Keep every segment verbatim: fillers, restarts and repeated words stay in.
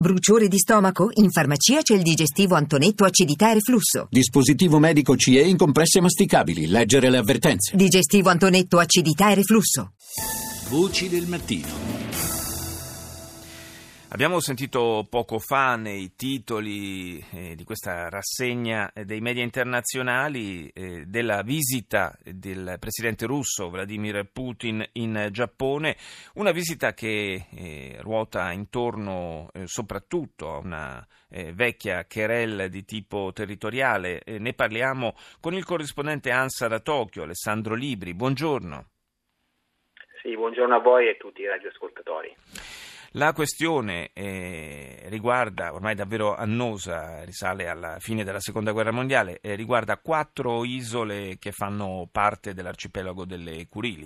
Bruciore di stomaco? In farmacia c'è il digestivo Antonetto acidità e reflusso. Dispositivo medico C E in compresse masticabili. Leggere le avvertenze. Digestivo Antonetto acidità e reflusso. Voci del mattino. Abbiamo sentito poco fa nei titoli eh, di questa rassegna eh, dei media internazionali eh, della visita del presidente russo Vladimir Putin in Giappone, una visita che eh, ruota intorno eh, soprattutto a una eh, vecchia querelle di tipo territoriale. Eh, ne parliamo con il corrispondente ANSA da Tokyo, Alessandro Libri. Buongiorno. Sì, buongiorno a voi e a tutti i radioascoltatori. La questione eh, riguarda, ormai davvero annosa, risale alla fine della Seconda Guerra Mondiale, eh, riguarda quattro isole che fanno parte dell'arcipelago delle Curili.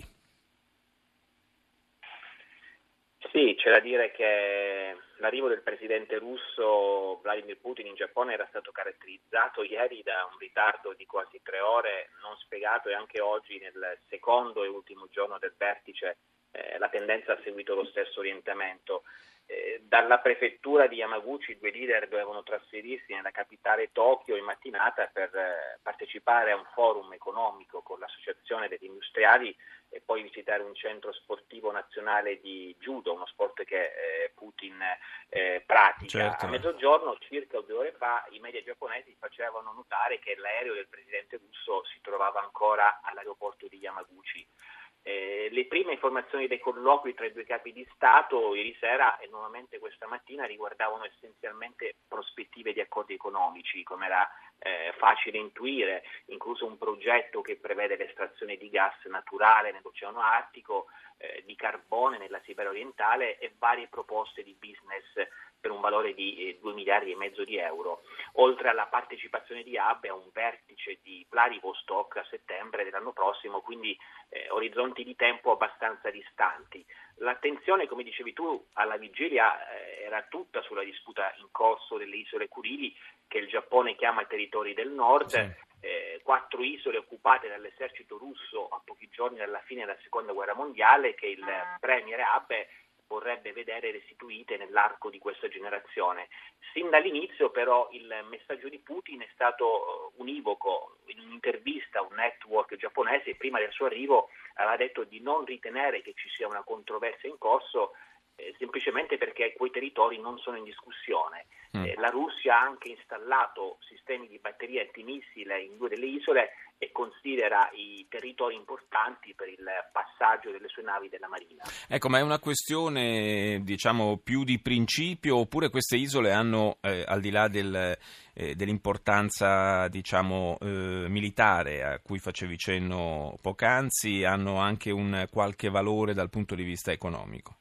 Sì, c'è da dire che l'arrivo del presidente russo Vladimir Putin in Giappone era stato caratterizzato ieri da un ritardo di quasi tre ore non spiegato, e anche oggi nel secondo e ultimo giorno del vertice Eh, la tendenza ha seguito lo stesso orientamento. Eh, dalla prefettura di Yamaguchi i due leader dovevano trasferirsi nella capitale Tokyo in mattinata per eh, partecipare a un forum economico con l'associazione degli industriali e poi visitare un centro sportivo nazionale di judo, uno sport che eh, Putin eh, pratica. Certo. A mezzogiorno, circa due ore fa, i media giapponesi facevano notare che l'aereo del presidente russo si trovava ancora all'aeroporto di Yamaguchi. Eh, le prime informazioni dei colloqui tra i due capi di Stato ieri sera e nuovamente questa mattina riguardavano essenzialmente prospettive di accordi economici, come era eh, facile intuire, incluso un progetto che prevede l'estrazione di gas naturale nell'Oceano Artico, eh, di carbone nella Siberia orientale e varie proposte di business per un valore di eh, due miliardi e mezzo di euro, oltre alla partecipazione di Abe a un vertice di Vladivostok a settembre dell'anno prossimo, quindi eh, orizzonti di tempo abbastanza distanti. L'attenzione, come dicevi tu, alla vigilia eh, era tutta sulla disputa in corso delle isole Curili, che il Giappone chiama territori del nord, sì. eh, quattro isole occupate dall'esercito russo a pochi giorni dalla fine della Seconda Guerra Mondiale, che il premier Abe vorrebbe vedere restituite nell'arco di questa generazione. Sin dall'inizio però il messaggio di Putin è stato univoco. In un'intervista a un network giapponese prima del suo arrivo aveva detto di non ritenere che ci sia una controversia in corso, eh, semplicemente perché quei territori non sono in discussione. Mm. Eh, la Russia ha anche installato sistemi di batterie antimissile in due delle isole e considera i territori importanti per il passaggio delle sue navi della Marina. Ecco, ma è una questione, diciamo, più di principio, oppure queste isole hanno, eh, al di là del, eh, dell'importanza, diciamo, eh, militare a cui facevi cenno poc'anzi, hanno anche un qualche valore dal punto di vista economico?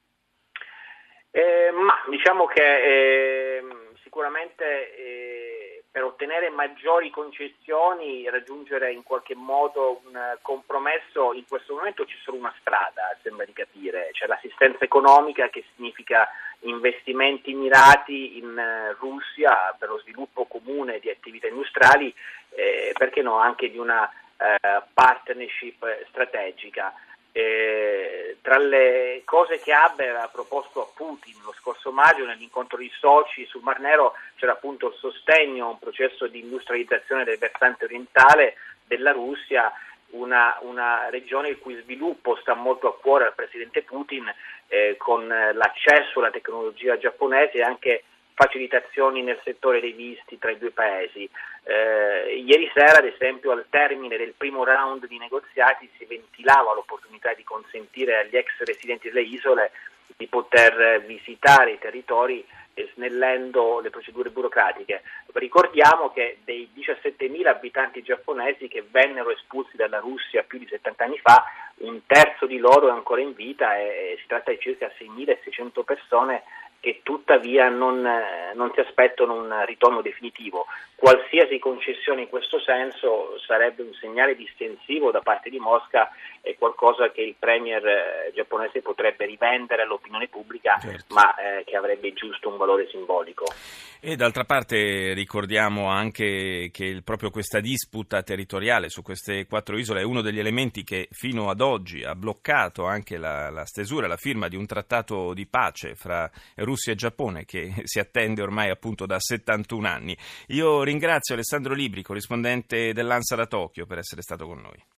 Eh, ma diciamo che eh, sicuramente eh, per ottenere maggiori concessioni, raggiungere in qualche modo un compromesso, in questo momento c'è solo una strada, sembra di capire, c'è l'assistenza economica, che significa investimenti mirati in eh, Russia per lo sviluppo comune di attività industriali, eh, perché no, anche di una eh, partnership strategica. Eh, tra le cose che Abe aveva proposto a Putin lo scorso maggio nell'incontro di Sochi sul Mar Nero c'era appunto il sostegno a un processo di industrializzazione del versante orientale della Russia, una, una regione il cui sviluppo sta molto a cuore al presidente Putin, eh, con l'accesso alla tecnologia giapponese e anche facilitazioni nel settore dei visti tra i due paesi. Eh, ieri sera, ad esempio, al termine del primo round di negoziati si ventilava l'opportunità di consentire agli ex residenti delle isole di poter visitare i territori snellendo le procedure burocratiche. Ricordiamo che dei diciassettemila abitanti giapponesi che vennero espulsi dalla Russia più di settanta anni fa, un terzo di loro è ancora in vita e, e si tratta di circa seimilaseicento persone che tuttavia non, non si aspettano un ritorno definitivo. Qualsiasi concessione in questo senso sarebbe un segnale distensivo da parte di Mosca e qualcosa che il premier giapponese potrebbe rivendere all'opinione pubblica, certo. ma eh, che avrebbe giusto un valore simbolico. E d'altra parte ricordiamo anche che il, proprio questa disputa territoriale su queste quattro isole è uno degli elementi che fino ad oggi ha bloccato anche la, la stesura, la firma di un trattato di pace fra Russia e Giappone, che si attende ormai appunto da settantuno anni. Io ringrazio Alessandro Libri, corrispondente dell'ANSA da Tokyo, per essere stato con noi.